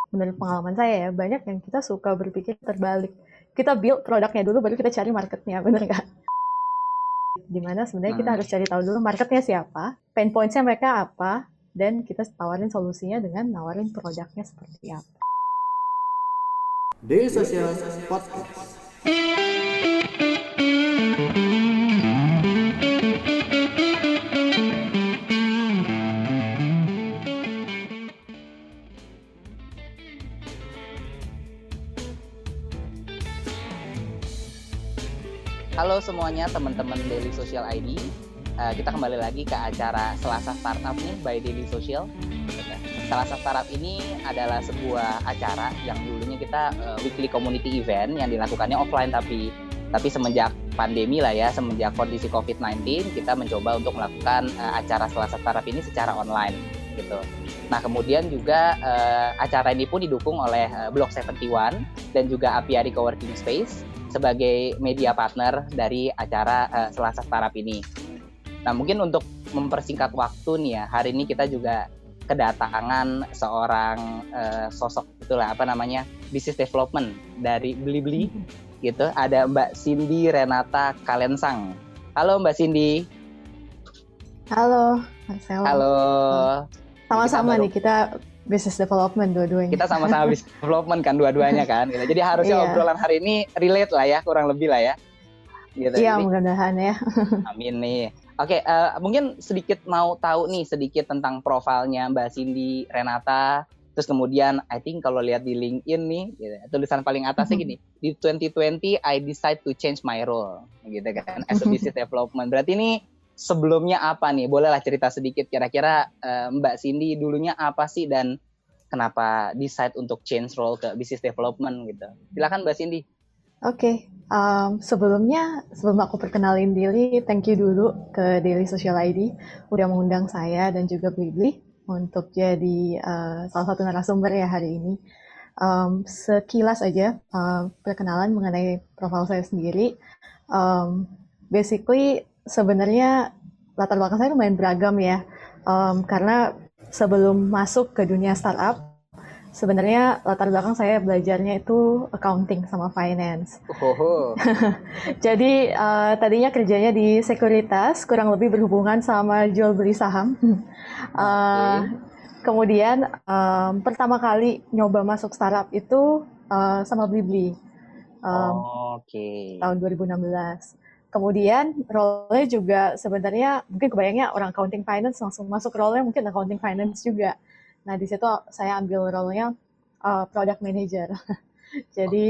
menurut pengalaman saya ya, banyak yang kita suka berpikir terbalik. Kita build produknya dulu, baru kita cari marketnya, bener nggak? Dimana sebenarnya kita harus cari tahu dulu marketnya siapa, pain points-nya mereka apa, dan kita tawarin solusinya dengan nawarin produknya seperti apa. Daily Social Podcast. Halo semuanya teman-teman Daily Social ID. Kita kembali lagi ke acara Selasa Startup nih by Daily Social. Selasa Startup ini adalah sebuah acara yang dulunya kita weekly community event yang dilakukannya offline tapi semenjak pandemi lah ya, semenjak kondisi COVID-19 kita mencoba untuk melakukan acara Selasa Startup ini secara online gitu. Nah kemudian juga acara ini pun didukung oleh Block 71 dan juga Apiari Coworking Space sebagai media partner dari acara Selasa Startup ini. Nah mungkin untuk mempersingkat waktu nih ya, hari ini kita juga kedatangan seorang sosok itulah business development dari Blibli gitu. Ada Mbak Cindy Renata Kalensang. Halo Mbak Cindy. Halo, Marcelo. Halo. Sama-sama nih kita business development dua-duanya. Kita sama-sama business development kan dua-duanya kan. Gitu. Jadi harusnya obrolan hari ini relate lah ya, kurang lebih lah ya. Gitu. Iya, mudah-mudahan ya. Amin nih. Oke, mungkin sedikit mau tahu nih sedikit tentang profilnya Mbak Cindy Renata. Terus kemudian, I think kalau lihat di LinkedIn nih, gitu, tulisan paling atasnya gini, di 2020 I decide to change my role, gitu kan, as a business development. Berarti ini sebelumnya apa nih? Bolehlah cerita sedikit kira-kira Mbak Cindy dulunya apa sih dan kenapa decide untuk change role ke business development gitu? Silakan Mbak Cindy. Oke, sebelum aku perkenalin diri, thank you dulu ke Daily Social ID udah mengundang saya dan juga Blibli untuk jadi salah satu narasumber ya hari ini. Sekilas aja perkenalan mengenai profil saya sendiri. Basically sebenarnya latar belakang saya lumayan beragam ya, karena sebelum masuk ke dunia startup, sebenarnya latar belakang saya belajarnya itu accounting sama finance. Jadi tadinya kerjanya di sekuritas, kurang lebih berhubungan sama jual beli saham. Kemudian pertama kali nyoba masuk startup itu sama Blibli. Tahun 2016. Kemudian role-nya juga sebenarnya mungkin kebayangnya orang accounting finance langsung masuk role-nya mungkin accounting finance juga. Nah di situ saya ambil role-nya product manager. Jadi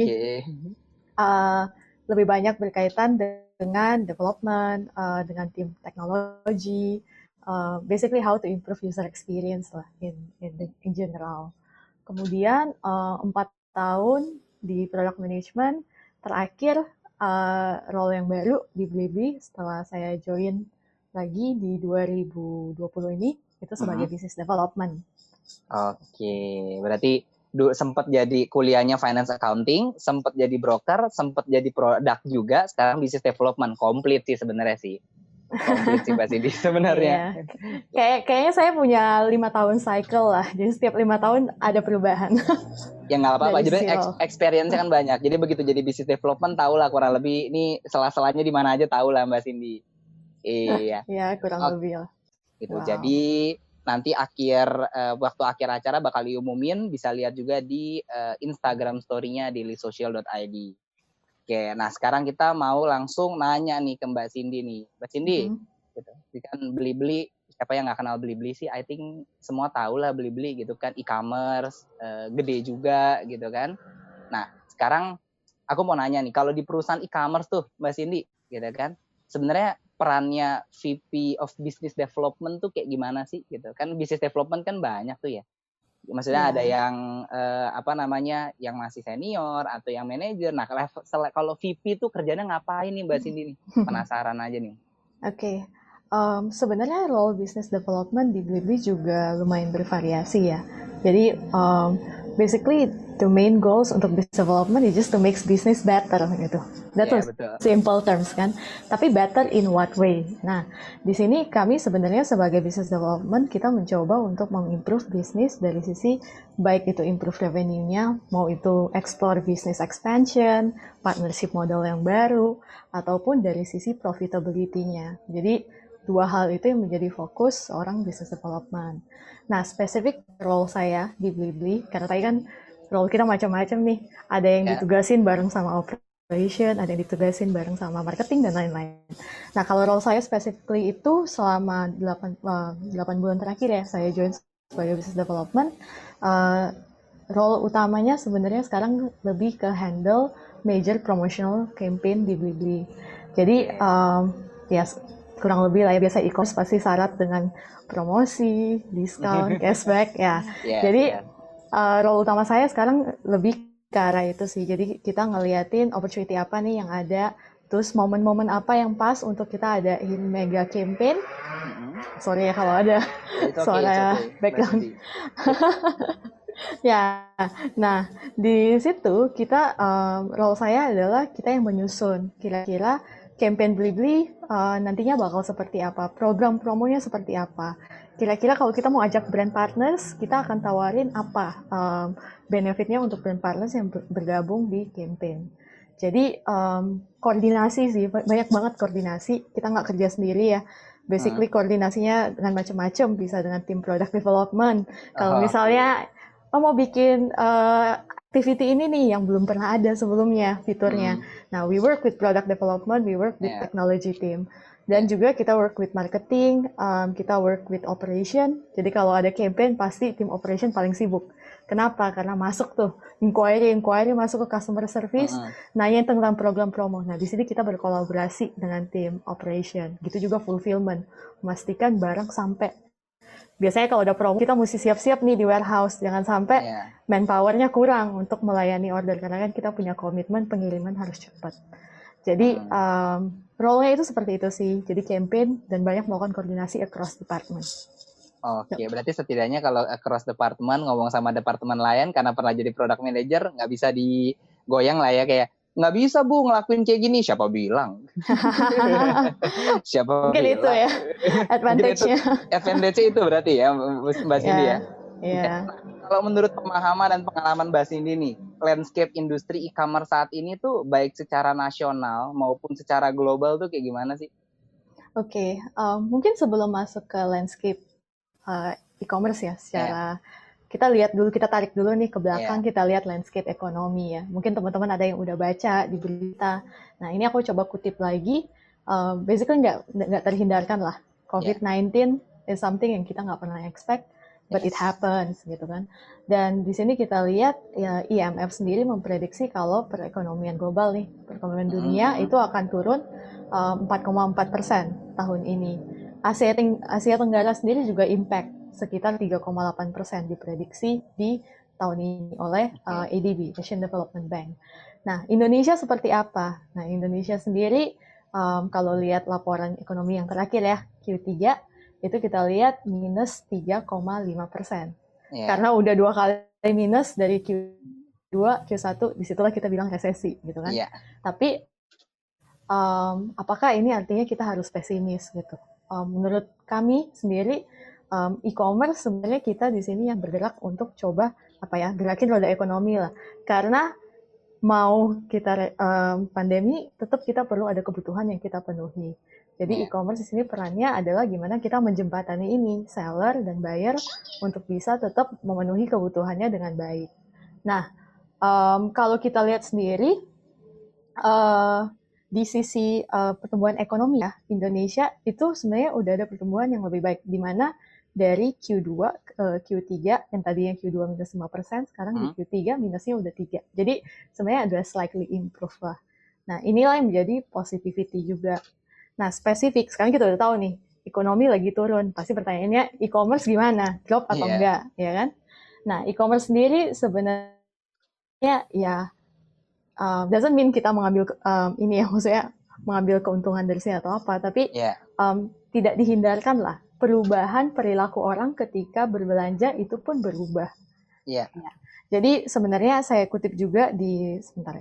lebih banyak berkaitan dengan development, dengan tim teknologi, basically how to improve user experience lah in general. Kemudian 4 tahun di product management, terakhir role yang baru di Blibli setelah saya join lagi di 2020 ini itu sebagai business development. Oke, berarti sempat jadi kuliahnya finance accounting, sempat jadi broker, sempat jadi produk juga, sekarang business development komplit sih sebenarnya sih. Komplit sih pasti di sebenarnya. Kayaknya saya punya 5 tahun cycle lah, jadi setiap 5 tahun ada perubahan. Ya nggak apa-apa, jadi experience-nya kan banyak. Jadi begitu jadi business development tahu lah kurang lebih ini sela-selanya di mana aja tahu lah Mbak Cindy. Iya. Iya kurang lebih lah. Gitu. Wow. Jadi nanti waktu akhir acara bakal diumumin, bisa lihat juga di Instagram story-nya dailysocial.id. Oke, nah sekarang kita mau langsung nanya nih ke Mbak Cindy nih. Mbak Cindy, gitu. Kan Blibli, siapa yang nggak kenal Blibli sih? I think semua tahu lah Blibli gitu kan, e-commerce, gede juga gitu kan. Nah sekarang aku mau nanya nih, kalau di perusahaan e-commerce tuh Mbak Cindy, gitu kan, sebenarnya perannya VP of Business Development tuh kayak gimana sih gitu kan? Business Development kan banyak tuh ya. Maksudnya ada yang yang masih senior atau yang manajer. Nah, kalau VP tuh kerjanya ngapain nih Mbak Cindy nih? Penasaran aja nih. Oke. Sebenarnya role business development di Blibli juga lumayan bervariasi ya. Jadi basically the main goals untuk business development is just to make business better gitu. That's Iya, all betul. simple terms kan. Tapi better in what way? Nah, di sini kami sebenarnya sebagai business development kita mencoba untuk mengimprove bisnis dari sisi baik itu improve revenue-nya, mau itu explore business expansion, partnership model yang baru, ataupun dari sisi profitability-nya. Jadi dua hal itu yang menjadi fokus seorang business development. Nah, spesifik role saya di Blibli, karena tadi kan role kita macam-macam nih. Ada yang Ya. ditugasin bareng sama operation, ada yang ditugasin bareng sama marketing dan lain-lain. Nah, kalau role saya specifically itu selama 8 bulan terakhir ya, saya join sebagai business development. Role utamanya sebenarnya sekarang lebih ke handle major promotional campaign di Blibli. Jadi, ya kurang lebih lah ya, biasa e-commerce pasti syarat dengan promosi, diskon, cashback ya. Yes, Jadi, yes. role utama saya sekarang lebih ke arah itu sih. Jadi kita ngeliatin opportunity apa nih yang ada, terus momen-momen apa yang pas untuk kita adain mega campaign. Sorry ya kalau ada It's okay, suara it's okay. background. Ya, nah di situ kita role saya adalah kita yang menyusun kira-kira campaign Blibli nantinya bakal seperti apa, program promonya seperti apa. Kira-kira kalau kita mau ajak brand partners, kita akan tawarin apa benefitnya untuk brand partners yang bergabung di campaign. Jadi koordinasi sih, banyak banget koordinasi. Kita nggak kerja sendiri ya. Basically koordinasinya dengan macam-macam, bisa dengan tim product development. Kalau misalnya mau bikin activity ini nih yang belum pernah ada sebelumnya fiturnya. Nah, we work with product development, we work with technology team. Dan juga kita work with marketing, kita work with operation. Jadi kalau ada campaign, pasti tim operation paling sibuk. Kenapa? Karena masuk tuh inquiry masuk ke customer service, nanya tentang program promo. Nah, di sini kita berkolaborasi dengan tim operation. Gitu juga fulfillment, memastikan barang sampai. Biasanya kalau udah promo, kita mesti siap-siap nih di warehouse. Jangan sampai manpower-nya kurang untuk melayani order. Karena kan kita punya komitmen pengiriman harus cepat. Jadi, role-nya itu seperti itu sih. Jadi campaign dan banyak melakukan koordinasi across department. Oke, berarti setidaknya kalau across department, ngomong sama departemen lain, karena pernah jadi product manager, nggak bisa digoyang lah ya, kayak, nggak bisa Bu ngelakuin kayak gini, siapa bilang? Siapa mungkin bilang? Itu ya, advantage-nya. Advantage-nya itu berarti ya, Mbak Cindy ya? Iya. Kalau menurut pemahaman dan pengalaman Mbak Cindy nih, landscape industri e-commerce saat ini tuh baik secara nasional maupun secara global tuh kayak gimana sih? Oke, mungkin sebelum masuk ke landscape e-commerce ya, secara kita tarik dulu nih ke belakang, kita lihat landscape ekonomi ya. Mungkin teman-teman ada yang udah baca di berita. Nah, ini aku coba kutip lagi. Basically nggak terhindarkan lah. COVID-19 is something yang kita nggak pernah expect, but it happens gitu kan. Dan di sini kita lihat ya IMF sendiri memprediksi kalau perekonomian global nih, perekonomian dunia itu akan turun 4,4% tahun ini. Asia Tenggara sendiri juga impact sekitar 3,8% diprediksi di tahun ini oleh ADB, Asian Development Bank. Nah, Indonesia seperti apa? Nah, Indonesia sendiri kalau lihat laporan ekonomi yang terakhir ya, Q3, itu kita lihat minus 3,5%. Karena udah 2 kali minus dari Q2, Q1, disitulah kita bilang resesi gitu kan. Tapi apakah ini artinya kita harus pesimis gitu? Menurut kami sendiri, e-commerce sebenarnya kita di sini yang bergerak untuk coba gerakin roda ekonomi lah. Karena mau kita pandemi, tetap kita perlu ada kebutuhan yang kita penuhi. Jadi e-commerce di sini perannya adalah gimana kita menjembatani ini, seller dan buyer untuk bisa tetap memenuhi kebutuhannya dengan baik. Nah, kalau kita lihat sendiri, di sisi pertumbuhan ekonomi ya, Indonesia itu sebenarnya udah ada pertumbuhan yang lebih baik, di mana dari Q2 ke Q3, yang tadinya Q2 minus 5%, sekarang di Q3 minusnya udah 3. Jadi sebenarnya ada slightly improve lah. Nah, inilah yang menjadi positivity juga. Nah, spesifik, sekarang kita udah tahu nih, ekonomi lagi turun. Pasti pertanyaannya, e-commerce gimana? Drop atau enggak? Ya kan? Nah, e-commerce sendiri sebenarnya ya doesn't mean kita mengambil ini ya, maksudnya mengambil keuntungan dari sini atau apa, tapi tidak dihindarkan lah perubahan perilaku orang ketika berbelanja itu pun berubah. Jadi sebenarnya saya kutip juga sebentar ya.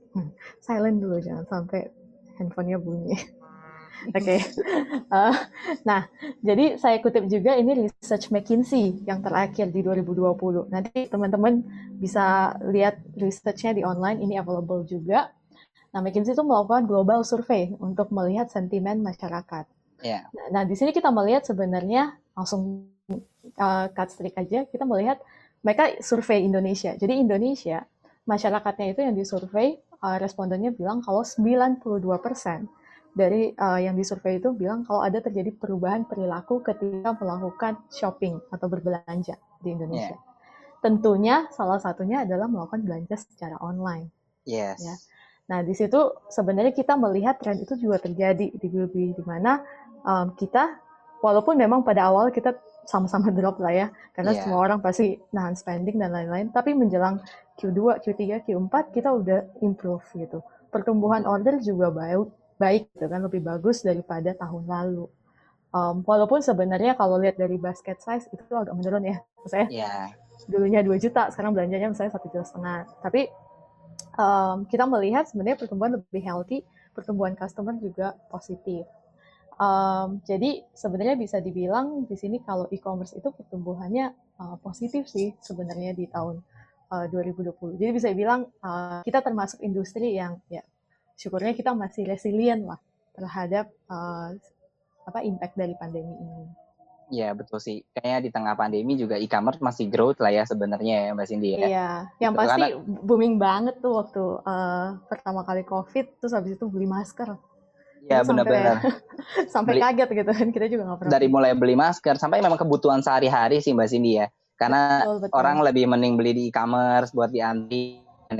Silent dulu, jangan sampai handphonenya bunyi. Oke. Nah, jadi saya kutip juga ini research McKinsey yang terakhir di 2020. Nanti teman-teman bisa lihat research-nya di online, ini available juga. Nah, McKinsey itu melakukan global survey untuk melihat sentimen masyarakat. Yeah. Nah, di sini kita melihat sebenarnya langsung cut strik aja, kita melihat mereka survei Indonesia. Jadi Indonesia, masyarakatnya itu yang disurvei, respondennya bilang kalau 92% dari yang disurvei itu bilang kalau ada terjadi perubahan perilaku ketika melakukan shopping atau berbelanja di Indonesia. Tentunya salah satunya adalah melakukan belanja secara online. Yes. Ya. Nah, di situ sebenarnya kita melihat tren itu juga terjadi di Bilibili, di mana kita, walaupun memang pada awal kita sama-sama drop lah ya, karena semua orang pasti nahan spending dan lain-lain, tapi menjelang Q2, Q3, Q4 kita udah improve gitu. Pertumbuhan order juga baik gitu kan, lebih bagus daripada tahun lalu. Walaupun sebenarnya kalau lihat dari basket size itu agak menurun ya, misalnya dulunya 2 juta, sekarang belanjanya misalnya 1,5 juta. Tapi kita melihat sebenarnya pertumbuhan lebih healthy, pertumbuhan customer juga positif. Jadi sebenarnya bisa dibilang di sini kalau e-commerce itu pertumbuhannya positif sih sebenarnya di tahun 2020. Jadi bisa dibilang kita termasuk industri yang ya syukurnya kita masih resilient lah terhadap impact dari pandemi ini. Iya betul sih. Kayaknya di tengah pandemi juga e-commerce masih growth lah ya sebenarnya ya Mbak Cindy ya. Iya, yang gitu, pasti booming banget tuh waktu pertama kali COVID, terus habis itu beli masker. Iya benar-benar. Sampai kaget gitu kan, kita juga nggak pernah. Dari mulai beli masker sampai memang kebutuhan sehari-hari sih Mbak Cindy ya. Karena betul. Orang lebih mending beli di e-commerce buat diantri.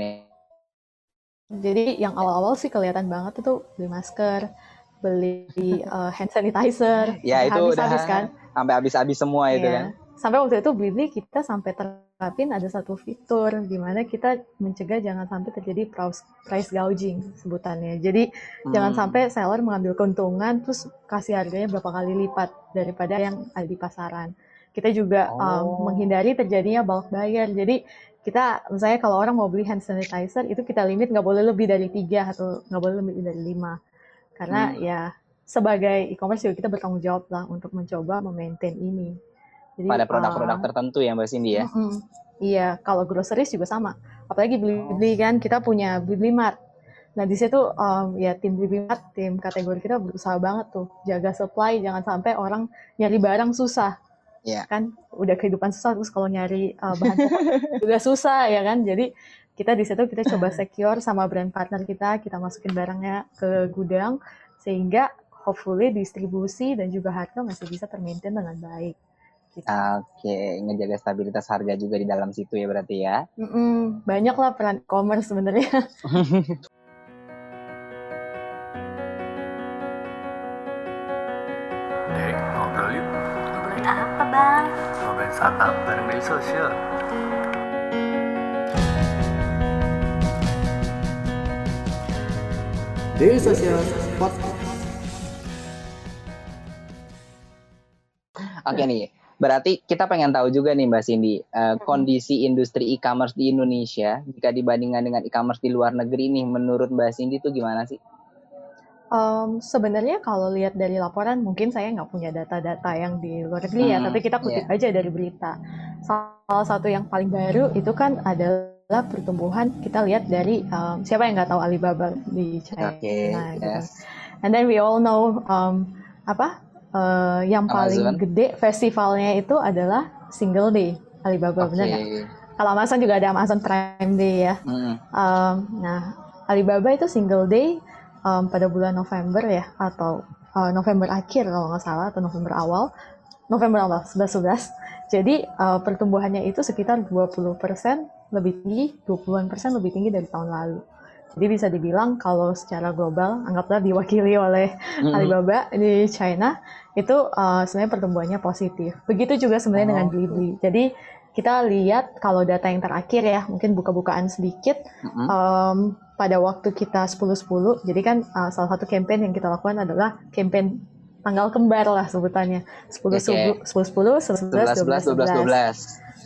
Jadi yang awal-awal sih kelihatan banget itu beli masker, beli hand sanitizer. Ya itu habis kan. Sampai habis-habis semua itu kan. Sampai waktu itu Bilibili kita sampai terapin ada satu fitur di mana kita mencegah jangan sampai terjadi price gouging sebutannya. Jadi jangan sampai seller mengambil keuntungan terus kasih harganya berapa kali lipat daripada yang ada di pasaran. Kita juga menghindari terjadinya bulk buyer. Jadi kita misalnya kalau orang mau beli hand sanitizer itu kita limit nggak boleh lebih dari 3 atau nggak boleh lebih dari 5. Karena ya sebagai e-commerce juga kita bertanggung jawab lah untuk mencoba memaintain ini. Jadi, pada produk-produk tertentu ya Mbak Cindy ya? Iya, kalau groceries juga sama. Apalagi Bilibili kan, kita punya Bilibili Mart. Nah di situ ya tim Bilibili Mart, tim kategori kita berusaha banget tuh jaga supply, jangan sampai orang nyari barang susah. Kan udah kehidupan susah, terus kalau nyari bahan pokok juga susah ya kan. Jadi kita di situ kita coba secure sama brand partner kita masukin barangnya ke gudang sehingga hopefully distribusi dan juga harga masih bisa termaintain dengan baik. Gitu. Oke, ngejaga stabilitas harga juga di dalam situ ya berarti ya. Banyak lah peran e-commerce sebenarnya. Dek, ngobrol yuk. Ngobrolin apa bang? Ngobrolin startup bareng Daily Social. Daily Social Podcast. Oke nih, berarti kita pengen tahu juga nih Mbak Cindy, kondisi industri e-commerce di Indonesia jika dibandingkan dengan e-commerce di luar negeri nih, menurut Mbak Cindy itu gimana sih? Sebenarnya kalau lihat dari laporan, mungkin saya nggak punya data-data yang di luar negeri ya, tapi kita kutip aja dari berita. Salah satu yang paling baru itu kan adalah pertumbuhan, kita lihat dari, siapa yang nggak tahu Alibaba di China. Gitu. And then we all know, yang paling gede festivalnya itu adalah Single Day Alibaba, benar nggak? Kalau Amazon juga ada Amazon Prime Day ya. Nah, Alibaba itu Single Day pada bulan November ya, atau November akhir kalau nggak salah, atau November awal 11. Jadi pertumbuhannya itu sekitar 20% lebih tinggi, 20% lebih tinggi dari tahun lalu. Jadi bisa dibilang kalau secara global, anggaplah diwakili oleh Alibaba di China, itu sebenarnya pertumbuhannya positif. Begitu juga sebenarnya dengan Bilibili. Jadi kita lihat kalau data yang terakhir ya, mungkin buka-bukaan sedikit, pada waktu kita 10-10, jadi kan salah satu campaign yang kita lakukan adalah campaign tanggal kembar lah sebutannya. 10-10, 11-11, 12-12.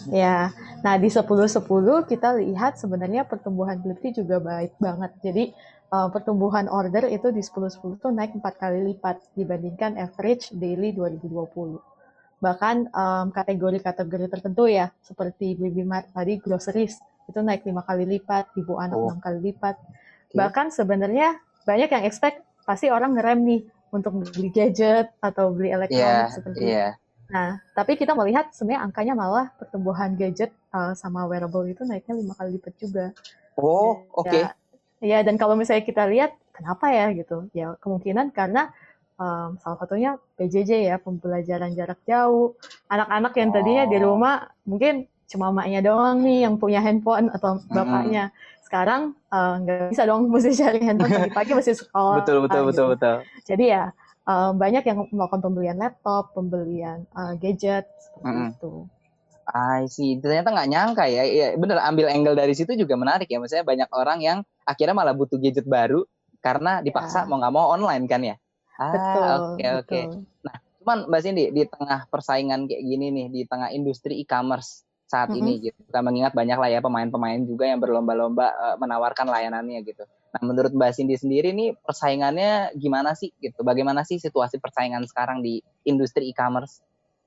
Ya, nah di 10-10 kita lihat sebenarnya pertumbuhan Blipti juga baik banget. Jadi pertumbuhan order itu di 10-10 tuh naik 4 kali lipat dibandingkan average daily 2020. Bahkan kategori-kategori tertentu ya, seperti Blibli Mart tadi, groceries, itu naik 5 kali lipat, ibu anak 6 kali lipat. Bahkan sebenarnya banyak yang expect pasti orang ngerem nih untuk beli gadget atau beli elektronik seperti itu. Nah, tapi kita melihat sebenarnya angkanya malah pertumbuhan gadget sama wearable itu naiknya 5 kali lipat juga. Oke. Ya, dan kalau misalnya kita lihat kenapa ya gitu, ya kemungkinan karena salah satunya PJJ ya, pembelajaran jarak jauh. Anak-anak yang tadinya di rumah mungkin cuma maknya doang nih yang punya handphone atau bapaknya. Sekarang nggak bisa dong, mesti cari handphone pagi-pagi masih sekolah. Betul. Jadi ya banyak yang melakukan pembelian laptop, pembelian gadget seperti itu. I see. Ternyata nggak nyangka ya. Ya. Bener, ambil angle dari situ juga menarik ya. Maksudnya banyak orang yang akhirnya malah butuh gadget baru karena dipaksa mau nggak mau online kan ya. Oke. Nah, cuman Mbak Cindy, di tengah persaingan kayak gini nih, di tengah industri e-commerce saat ini gitu, kita mengingat banyak lah ya pemain-pemain juga yang berlomba-lomba menawarkan layanannya gitu. Nah, menurut Mbak Cindy sendiri nih persaingannya gimana sih gitu? Bagaimana sih situasi persaingan sekarang di industri e-commerce?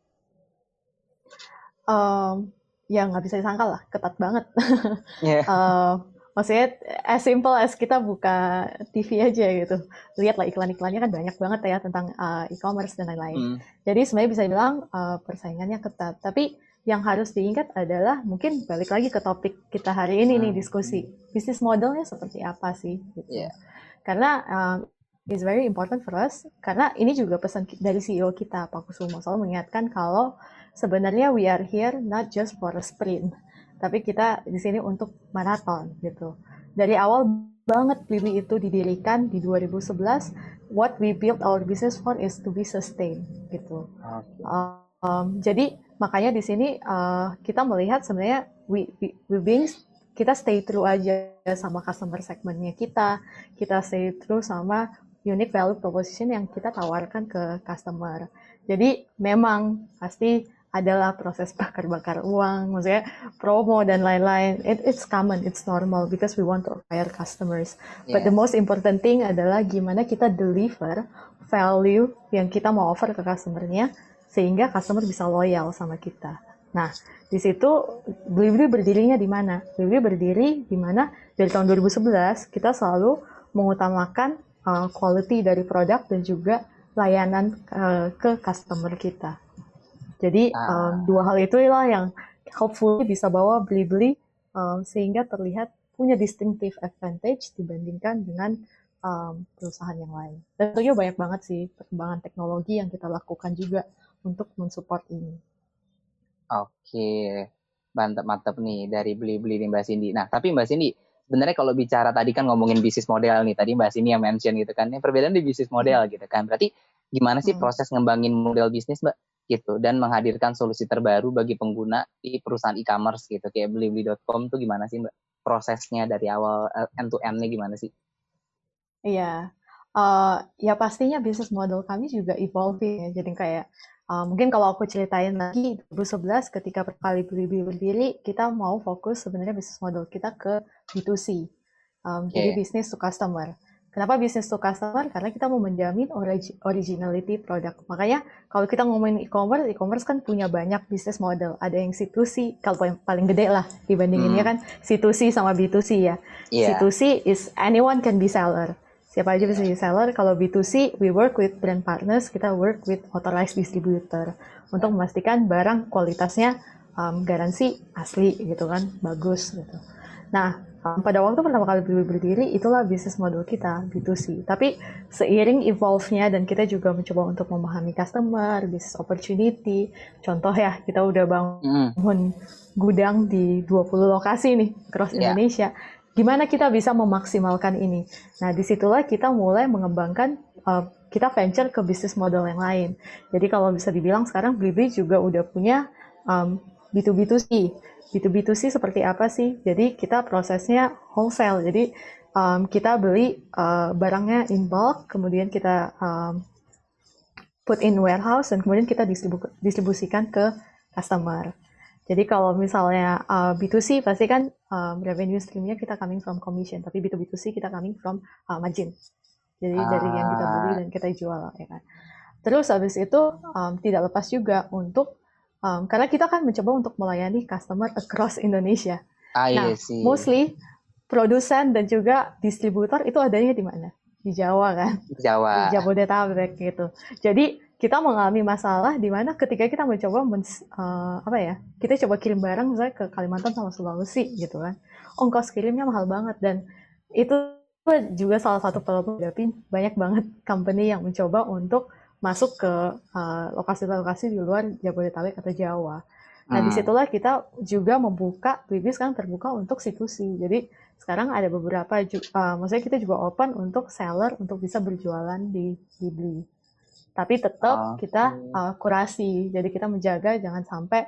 Ya nggak bisa disangka lah, ketat banget. Maksudnya as simple as kita buka TV aja gitu, lihatlah iklan-iklannya kan banyak banget ya tentang e-commerce dan lain-lain. Jadi sebenarnya bisa bilang persaingannya ketat. Tapi yang harus diingat adalah mungkin balik lagi ke topik kita hari ini nih, diskusi bisnis modelnya seperti apa sih gitu. Karena it's very important for us, karena ini juga pesan dari CEO kita Pak Kusumo selalu mengingatkan kalau sebenarnya we are here not just for a sprint, tapi kita di sini untuk maraton gitu. Dari awal banget Blibli itu didirikan di 2011, what we build our business for is to be sustained gitu. Jadi makanya di sini kita melihat sebenarnya kita stay true aja sama customer segmentnya kita stay true sama unique value proposition yang kita tawarkan ke customer. Jadi memang pasti adalah proses bakar-bakar uang, maksudnya promo dan lain-lain. It's common, it's normal because we want to acquire customers. But the most important thing adalah gimana kita deliver value yang kita mau offer ke customernya sehingga customer bisa loyal sama kita. Nah, di situ Blibli berdirinya di mana? Blibli berdiri di mana dari tahun 2011 kita selalu mengutamakan quality dari produk dan juga layanan ke customer kita. Jadi dua hal itulah yang hopefully bisa bawa Blibli sehingga terlihat punya distinctive advantage dibandingkan dengan perusahaan yang lain. Dan tentunya banyak banget sih perkembangan teknologi yang kita lakukan juga untuk mensupport ini. Oke, mantap nih dari Blibli nih Mbak Cindy. Nah, tapi Mbak Cindy, sebenarnya kalau bicara tadi kan ngomongin bisnis model nih, tadi Mbak Cindy yang mention gitu kan, perbedaan di bisnis model gitu kan. Berarti gimana sih proses ngembangin model bisnis Mbak gitu dan menghadirkan solusi terbaru bagi pengguna di perusahaan e-commerce gitu kayak blibli.com tuh gimana sih Mbak? Prosesnya dari awal end to end-nya gimana sih? Iya. Ya pastinya bisnis model kami juga evolving ya. Jadi kayak mungkin kalau aku ceritain lagi 2011 ketika perkali Blibli berdiri, kita mau fokus sebenarnya bisnis model kita ke B2C. Jadi business to customer. Kenapa business to customer? Karena kita mau menjamin originality produk. Makanya kalau kita ngomongin e-commerce kan punya banyak bisnis model. Ada yang C2C, kalau paling gede lah dibandinginnya kan C2C sama B2C ya. C2C is anyone can be seller. Siapa aja bisa jadi seller. Kalau B2C, we work with brand partners, kita work with authorized distributor untuk memastikan barang kualitasnya garansi asli gitu kan, bagus gitu. Nah, pada waktu pertama kali berdiri, itulah bisnis model kita, B2C. Tapi seiring evolve-nya dan kita juga mencoba untuk memahami customer, business opportunity. Contoh ya, kita udah bangun gudang di 20 lokasi nih, across Indonesia. Gimana kita bisa memaksimalkan ini? Nah, disitulah kita mulai mengembangkan, kita venture ke bisnis model yang lain. Jadi kalau bisa dibilang sekarang Blibli juga udah punya B2B2C. B2B2C seperti apa sih? Jadi kita prosesnya wholesale. Jadi kita beli barangnya in bulk, kemudian kita put in warehouse, dan kemudian kita distribusikan ke customer. Jadi kalau misalnya B2C pasti kan revenue streamnya kita coming from commission, tapi B2B2C kita coming from margin. Jadi dari yang kita beli dan kita jual, ya kan. Terus habis itu tidak lepas juga untuk karena kita kan mencoba untuk melayani customer across Indonesia. Nah, mostly produsen dan juga distributor itu adanya di mana? Di Jawa kan? Jawa. Di Jabodetabek gitu. Jadi kita mengalami masalah di mana ketika kita mencoba kita coba kirim barang misalnya ke Kalimantan sama Sulawesi gitu kan, ongkos kirimnya mahal banget, dan itu juga salah satu problem banyak banget company yang mencoba untuk masuk ke lokasi-lokasi di luar Jabodetabek atau Jawa. Nah, disitulah kita juga membuka, Blibli sekarang terbuka untuk C2C. Jadi sekarang ada beberapa, maksudnya kita juga open untuk seller untuk bisa berjualan di Blibli. Tapi tetap kita kurasi, jadi kita menjaga jangan sampai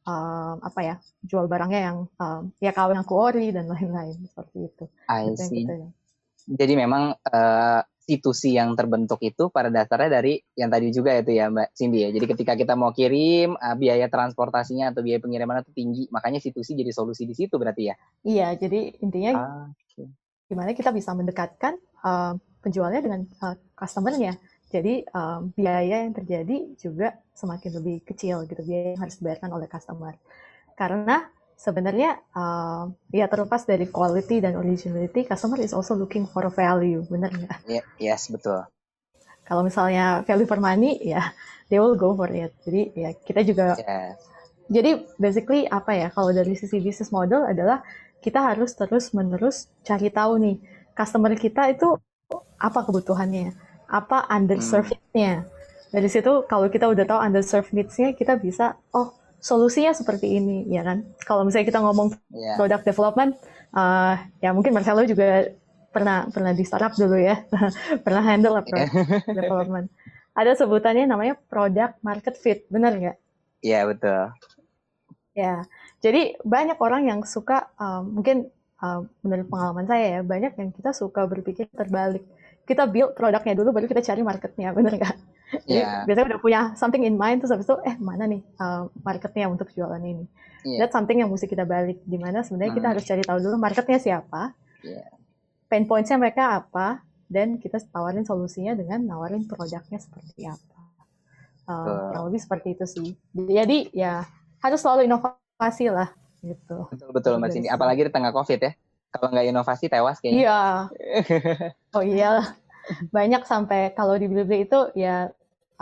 jual barangnya yang ya KW yang ori dan lain-lain seperti itu. I see. Jadi memang C2C yang terbentuk itu pada dasarnya dari yang tadi juga itu ya Mbak Cindy ya. Jadi ketika kita mau kirim biaya transportasinya atau biaya pengiriman itu tinggi, makanya C2C jadi solusi di situ berarti ya. Iya, jadi intinya gimana kita bisa mendekatkan penjualnya dengan customer-nya. Jadi biaya yang terjadi juga semakin lebih kecil gitu, biaya yang harus dibayarkan oleh customer. Karena sebenarnya ya terlepas dari quality dan originality, customer is also looking for a value, benar nggak? Yes, betul. Kalau misalnya value for money, ya they will go for it. Jadi ya kita juga. Yes. Jadi basically kalau dari sisi business model adalah kita harus terus-menerus cari tahu nih customer kita itu apa kebutuhannya, apa underserved needs-nya. Dari situ kalau kita udah tahu underserved needs-nya, kita bisa solusinya seperti ini, ya kan? Kalau misalnya kita ngomong product development, ya mungkin Marcelo juga pernah di startup dulu ya, pernah handle product development. Ada sebutannya namanya product market fit, benar nggak? Iya, betul. Ya, jadi banyak orang yang suka, mungkin menurut pengalaman saya ya, banyak yang kita suka berpikir terbalik. Kita build produknya dulu, baru kita cari marketnya, bener nggak? Jadi biasanya udah punya something in mind, terus habis itu, mana nih marketnya untuk jualan ini? That's something yang mesti kita balik, dimana sebenarnya kita harus cari tahu dulu marketnya siapa, pain points-nya mereka apa, dan kita tawarin solusinya dengan nawarin produknya seperti apa. Yang lebih seperti itu sih. Jadi ya harus selalu inovasi lah, gitu. Betul Mbak Cindy, apalagi di tengah COVID ya. Kalau nggak inovasi tewas kayaknya. Iya. Oh iya. Banyak sampai kalau di Blibli itu ya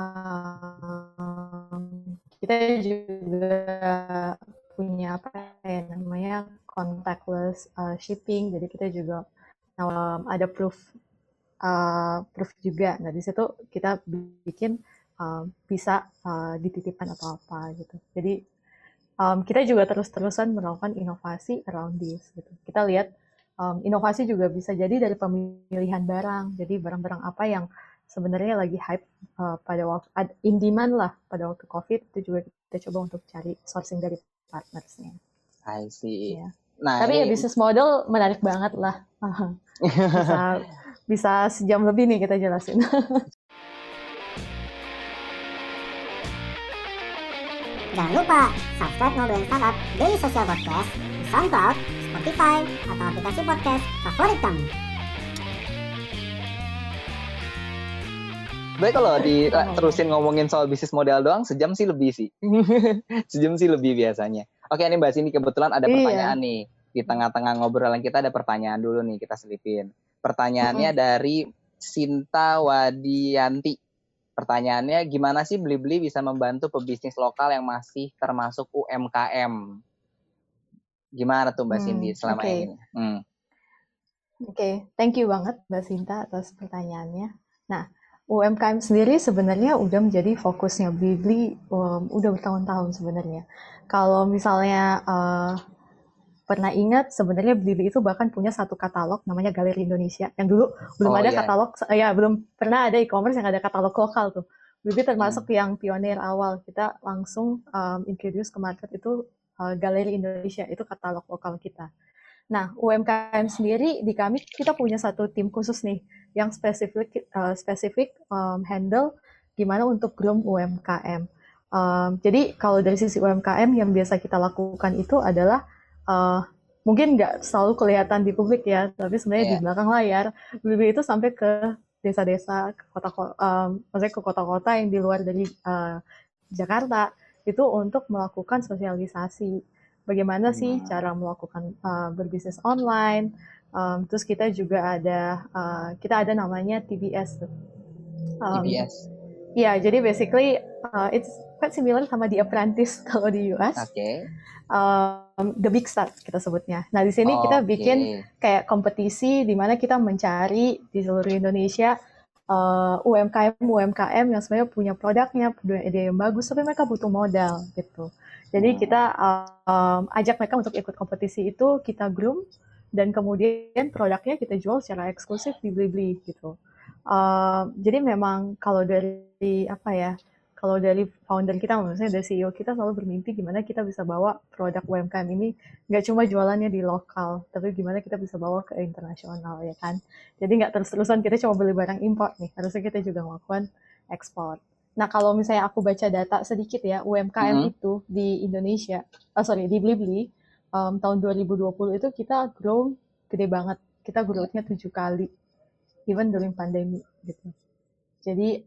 kita juga punya namanya contactless shipping. Jadi kita juga ada proof juga. Nah di situ kita bikin bisa dititipkan atau apa gitu. Jadi kita juga terus-terusan melakukan inovasi around this gitu. Kita lihat inovasi juga bisa jadi dari pemilihan barang. Jadi barang-barang apa yang sebenarnya lagi hype pada waktu in demand lah pada waktu COVID, itu juga kita coba untuk cari sourcing dari partnersnya. I see. Ya. Nah, tapi ya bisnis model menarik banget lah. bisa sejam lebih nih kita jelasin. Jangan lupa subscribe Ngobrolin Startup Daily Social Podcast di SoundCloud, Spotify, atau aplikasi podcast favorit kamu. Baik, kalau terusin ngomongin soal bisnis model doang, sejam sih lebih sih. Sejam sih lebih biasanya. Oke, ini Mbak Cindy kebetulan ada pertanyaan nih. Di tengah-tengah ngobrolan kita ada pertanyaan dulu nih, kita selipin. Pertanyaannya dari Sinta Wadianti. Pertanyaannya, gimana sih Blibli bisa membantu pebisnis lokal yang masih termasuk UMKM? Gimana tuh Mbak Cindy selama ini? Oke, thank you banget Mbak Sinta atas pertanyaannya. Nah, UMKM sendiri sebenarnya udah menjadi fokusnya Blibli udah bertahun-tahun sebenarnya. Kalau misalnya pernah ingat sebenarnya Blibli itu bahkan punya satu katalog namanya Galeri Indonesia yang dulu belum ada katalog, belum pernah ada e-commerce yang ada katalog lokal tuh. Blibli termasuk yang pionir awal, kita langsung introduce ke market itu Galeri Indonesia, itu katalog lokal kita. Nah, UMKM sendiri di kami kita punya satu tim khusus nih yang spesifik handle gimana untuk groom UMKM. Jadi kalau dari sisi UMKM yang biasa kita lakukan itu adalah mungkin nggak selalu kelihatan di publik ya, tapi sebenarnya di belakang layar Blibli itu sampai ke desa-desa, ke maksudnya ke kota-kota yang di luar dari Jakarta itu untuk melakukan sosialisasi. Bagaimana sih cara melakukan berbisnis online? Terus kita juga ada namanya TBS. TBS. Iya, jadi basically it's quite similar sama The Apprentice kalau di US. Oke. The Big Start kita sebutnya. Nah di sini kita bikin kayak kompetisi di mana kita mencari di seluruh Indonesia UMKM yang sebenarnya punya produknya, punya ide yang bagus, tapi mereka butuh modal gitu. Jadi kita ajak mereka untuk ikut kompetisi itu, kita groom, dan kemudian produknya kita jual secara eksklusif di Blibli gitu. Jadi memang kalau dari founder kita, maksudnya dari CEO kita selalu bermimpi gimana kita bisa bawa produk UMKM ini nggak cuma jualannya di lokal, tapi gimana kita bisa bawa ke internasional ya kan. Jadi nggak terus-terusan kita cuma beli barang impor nih, harusnya kita juga melakukan ekspor. Nah kalau misalnya aku baca data sedikit ya, UMKM itu di Indonesia, di Blibli, tahun 2020 itu kita grow gede banget, kita growth-nya 7 kali, even during pandemi gitu. Jadi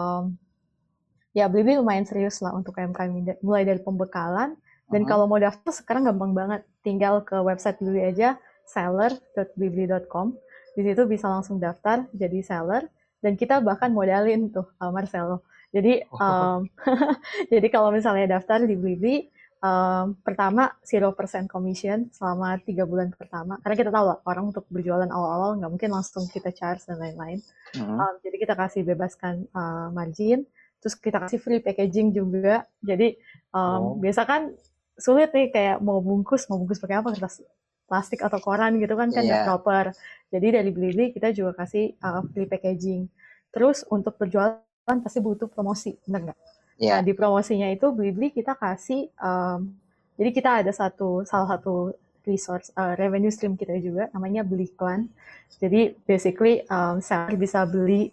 ya Blibli lumayan serius lah untuk UMKM, mulai dari pembekalan, dan kalau mau daftar sekarang gampang banget, tinggal ke website Blibli aja, seller.blibli.com, di situ bisa langsung daftar jadi seller, dan kita bahkan modalin tuh Marcelo. Jadi jadi kalau misalnya daftar di Blibli, pertama 0% commission selama 3 bulan pertama, karena kita tahu lah orang untuk berjualan awal-awal nggak mungkin langsung kita charge dan lain-lain. Jadi kita kasih bebaskan margin, terus kita kasih free packaging juga. Jadi biasa kan sulit nih kayak mau bungkus pakai apa, kertas plastik atau koran gitu kan nggak proper. Jadi dari Blibli kita juga kasih free packaging. Terus untuk berjualan pasti butuh promosi, benar nggak? Nah di promosinya itu Blibli kita kasih, jadi kita ada salah satu resource revenue stream kita juga namanya beli iklan. Jadi basically seller bisa beli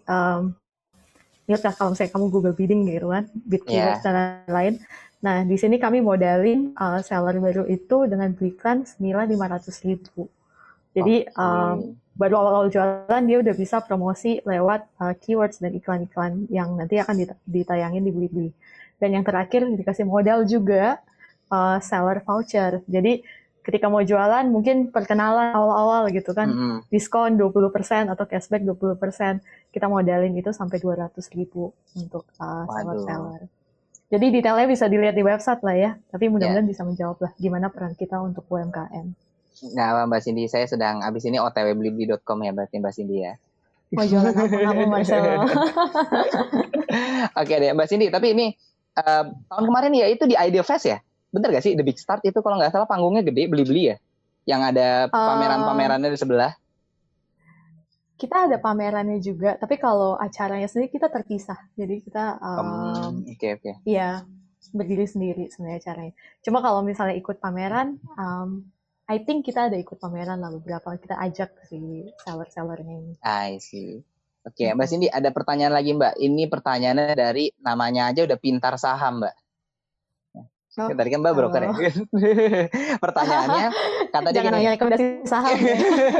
kalau misalnya kamu Google Bidding gitu kan, bid keywords dan lain-lain. Nah di sini kami modalin seller baru itu dengan beli iklan senilai 500.000. Jadi baru awal-awal jualan dia udah bisa promosi lewat keywords dan iklan-iklan yang nanti akan ditayangin di Blibli. Dan yang terakhir dikasih modal juga seller voucher. Jadi ketika mau jualan mungkin perkenalan awal-awal gitu kan, diskon 20% atau cashback 20%. Kita modalin itu sampai 200.000 untuk seller-seller. Jadi detailnya bisa dilihat di website lah ya. Tapi mudah-mudahan bisa menjawab lah gimana peran kita untuk UMKM. Nah, Mbak Cindy, saya sedang abis ini otw blibli.com ya, berarti Mbak Cindy ya. Mau jualan apa kamu, Marcelo? Oke deh, Mbak Cindy. Tapi ini tahun kemarin ya itu di Idea Fest ya? Bener gak sih, The Big Start itu kalau nggak salah panggungnya gede, Blibli ya? Yang ada pameran-pamerannya di sebelah? Kita ada pamerannya juga, tapi kalau acaranya sendiri kita terpisah. Jadi kita iya, berdiri sendiri sebenarnya acaranya. Cuma kalau misalnya ikut pameran, I think kita ada ikut pameran lah beberapa, kita ajak si seller-sellernya ini. I see. Oke, Mbak Cindy, ada pertanyaan lagi Mbak. Ini pertanyaannya dari namanya aja udah pintar saham Mbak. Tadi kan Mbak broker ya. Pertanyaannya, kata dia jangan nanya rekomendasi saham ya.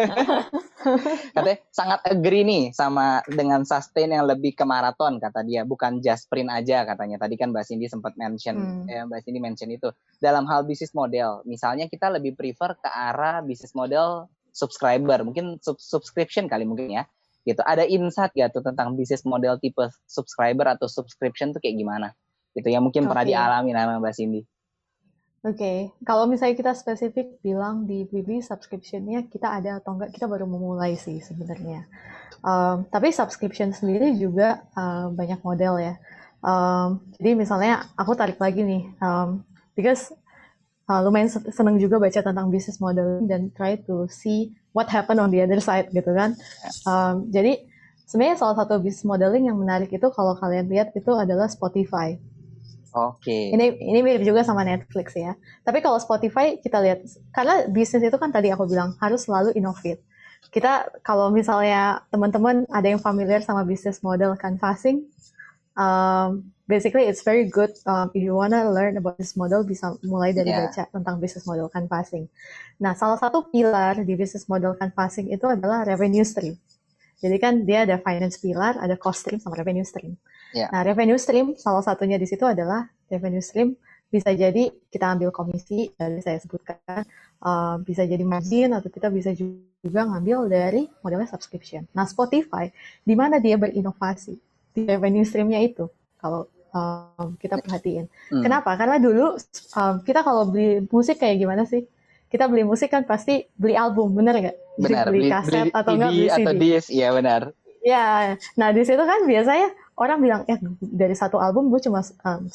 Katanya sangat agree nih sama dengan sustain yang lebih ke maraton kata dia, bukan just sprint aja katanya. Tadi kan Mbak Cindy sempat mention, Mbak Cindy mention itu. Dalam hal bisnis model, misalnya kita lebih prefer ke arah bisnis model subscriber, mungkin subscription kali mungkin ya. Gitu. Ada insight gak tuh tentang bisnis model tipe subscriber atau subscription tuh kayak gimana? Gitu yang mungkin pernah dialami sama Mbak Cindy. Oke, kalau misalnya kita spesifik bilang di Blibli subscription-nya kita ada atau enggak, kita baru memulai sih sebenarnya. Tapi subscription sendiri juga banyak model ya. Jadi misalnya aku tarik lagi nih, because lumayan seneng juga baca tentang business model dan try to see what happen on the other side gitu kan. Jadi sebenarnya salah satu business modeling yang menarik itu kalau kalian lihat itu adalah Spotify. Oke. Ini mirip juga sama Netflix ya. Tapi kalau Spotify kita lihat, karena bisnis itu kan tadi aku bilang harus selalu innovate. Kita kalau misalnya teman-teman ada yang familiar sama bisnis model canvassing, basically it's very good if you wanna learn about business model, bisa mulai dari Yeah. baca tentang business model canvassing. Nah, salah satu pilar di business model canvassing itu adalah revenue stream. Jadi kan dia ada finance pilar, ada cost stream sama revenue stream. Yeah. Nah, revenue stream salah satunya di situ adalah revenue stream bisa jadi kita ambil komisi, tadi saya sebutkan, bisa jadi margin atau kita bisa juga ngambil dari modelnya subscription. Nah, Spotify di mana dia berinovasi di revenue streamnya itu, kalau kita perhatiin. Kenapa? Karena dulu kita kalau beli musik kayak gimana sih? Kita beli musik kan pasti beli album, bener nggak? Benar, Beli kaset atau nggak beli CD. atau disc, iya benar. Ya, nah di situ kan biasanya orang bilang, dari satu album gue cuma,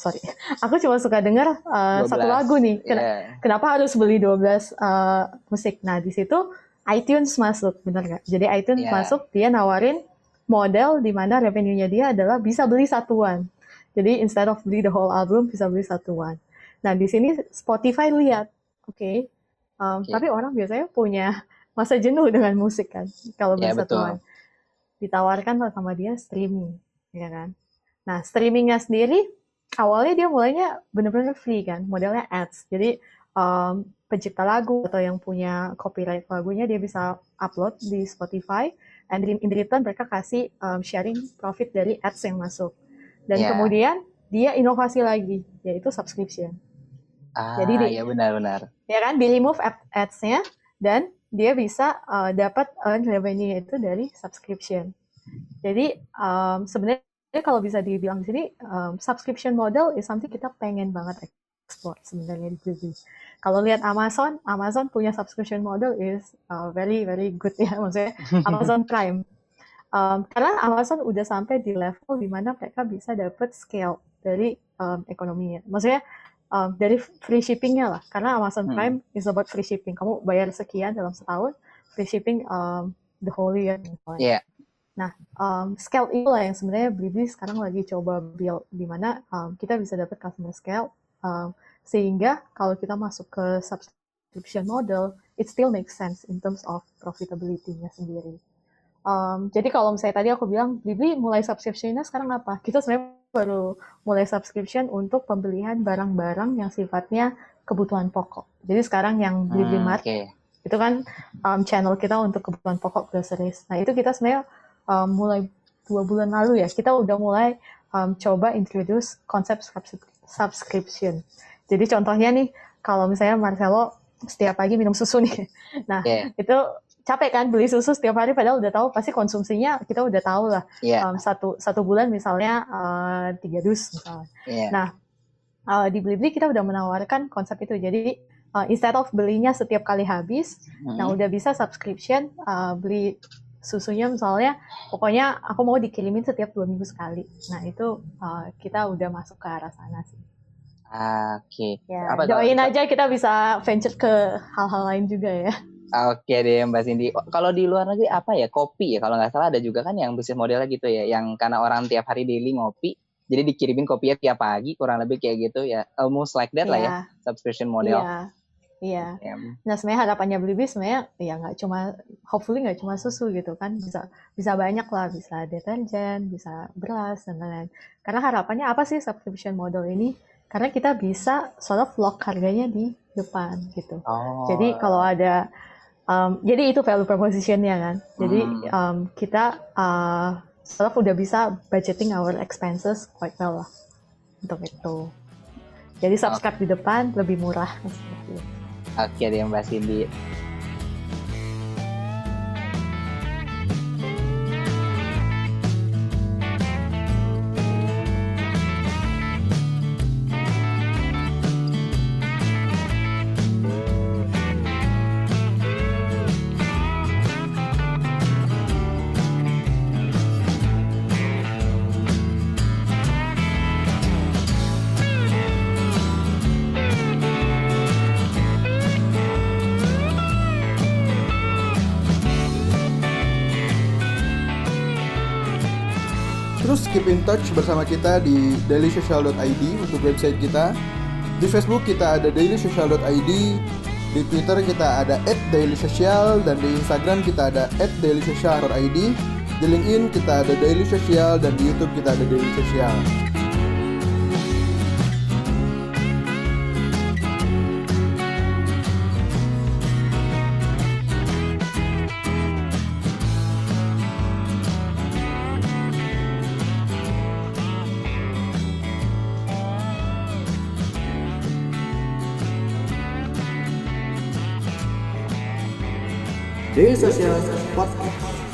aku cuma suka denger 12, satu lagu nih. yeah. Kenapa harus beli 12 musik? Nah di situ iTunes masuk, bener nggak? Jadi iTunes Yeah. masuk, dia nawarin model di mana revenue-nya dia adalah bisa beli satuan. Jadi instead of beli the whole album, bisa beli satuan. Nah di sini Spotify lihat, oke. Tapi orang biasanya punya masa jenuh dengan musik kan, kalau beli satuan. Ditawarkan sama dia streaming, ya kan. Nah streamingnya sendiri awalnya dia mulainya benar-benar free kan, modelnya ads. Jadi pencipta lagu atau yang punya copyright lagunya dia bisa upload di Spotify, and in return mereka kasih sharing profit dari ads yang masuk. Dan kemudian dia inovasi lagi, yaitu subscription. Jadi ya benar-benar. Ya kan, di remove ads-nya dan dia bisa dapat earn revenue itu dari subscription. Jadi sebenarnya kalau bisa dibilang di sini subscription model is something kita pengen banget explore sebenarnya di Blibli. Kalau lihat Amazon punya subscription model is very very good ya, maksudnya Amazon Prime. Karena Amazon udah sampai di level di mana mereka bisa dapat scale dari ekonominya. Maksudnya dari free shippingnya lah, karena Amazon Prime is about free shipping. Kamu bayar sekian dalam setahun, free shipping the whole year. Yeah. Nah, scale itulah yang sebenarnya Blibli sekarang lagi coba build, di mana kita bisa dapat customer scale, sehingga kalau kita masuk ke subscription model, it still makes sense in terms of profitability-nya sendiri. Jadi kalau misalnya tadi aku bilang Blibli mulai subscription-nya sekarang apa? Kita sebenarnya baru mulai subscription untuk pembelian barang-barang yang sifatnya kebutuhan pokok. Jadi sekarang yang Blibli Mart itu kan channel kita untuk kebutuhan pokok groceries. Nah itu kita sebenarnya mulai 2 bulan lalu ya, kita udah mulai coba introduce konsep subscription. Jadi contohnya nih, kalau misalnya Marcelo setiap pagi minum susu nih, nah itu capek kan beli susu setiap hari, padahal udah tahu pasti konsumsinya kita udah tahu lah. Satu bulan misalnya 3 dus misalnya. Nah di Blibli kita udah menawarkan konsep itu. Jadi instead of belinya setiap kali habis, nah udah bisa subscription, beli susunya misalnya, pokoknya aku mau dikirimin setiap 2 minggu sekali. Nah itu kita udah masuk ke arah sana sih. Ya, doain aja kita bisa venture ke hal-hal lain juga ya. Oke deh Mbak Cindy. Kalau di luar negeri apa ya, kopi ya kalau nggak salah, ada juga kan yang bisnis modelnya gitu ya, yang karena orang tiap hari daily ngopi, jadi dikirimin kopinya tiap pagi, kurang lebih kayak gitu ya, almost like that lah ya, subscription model. Iya. Nah sebenarnya harapannya Blibli sebenarnya ya hopefully nggak cuma susu gitu kan, bisa banyak lah, bisa deterjen, bisa beras dan lain-lain. Karena harapannya apa sih subscription model ini? Karena kita bisa sort of lock harganya di depan gitu. Jadi kalau ada jadi itu value proposition-nya kan. Jadi kita sort of udah bisa budgeting our expenses quite well lah untuk itu. Jadi subscribe di depan lebih murah. Oke deh Mbak Cindy. Terus keep in touch bersama kita di dailysocial.id untuk website kita. Di Facebook kita ada dailysocial.id, di Twitter kita ada @dailysocial, dan di Instagram kita ada @dailysocial.id. Di LinkedIn kita ada Daily Social, dan di YouTube kita ada Daily Social. Daily Social Podcast.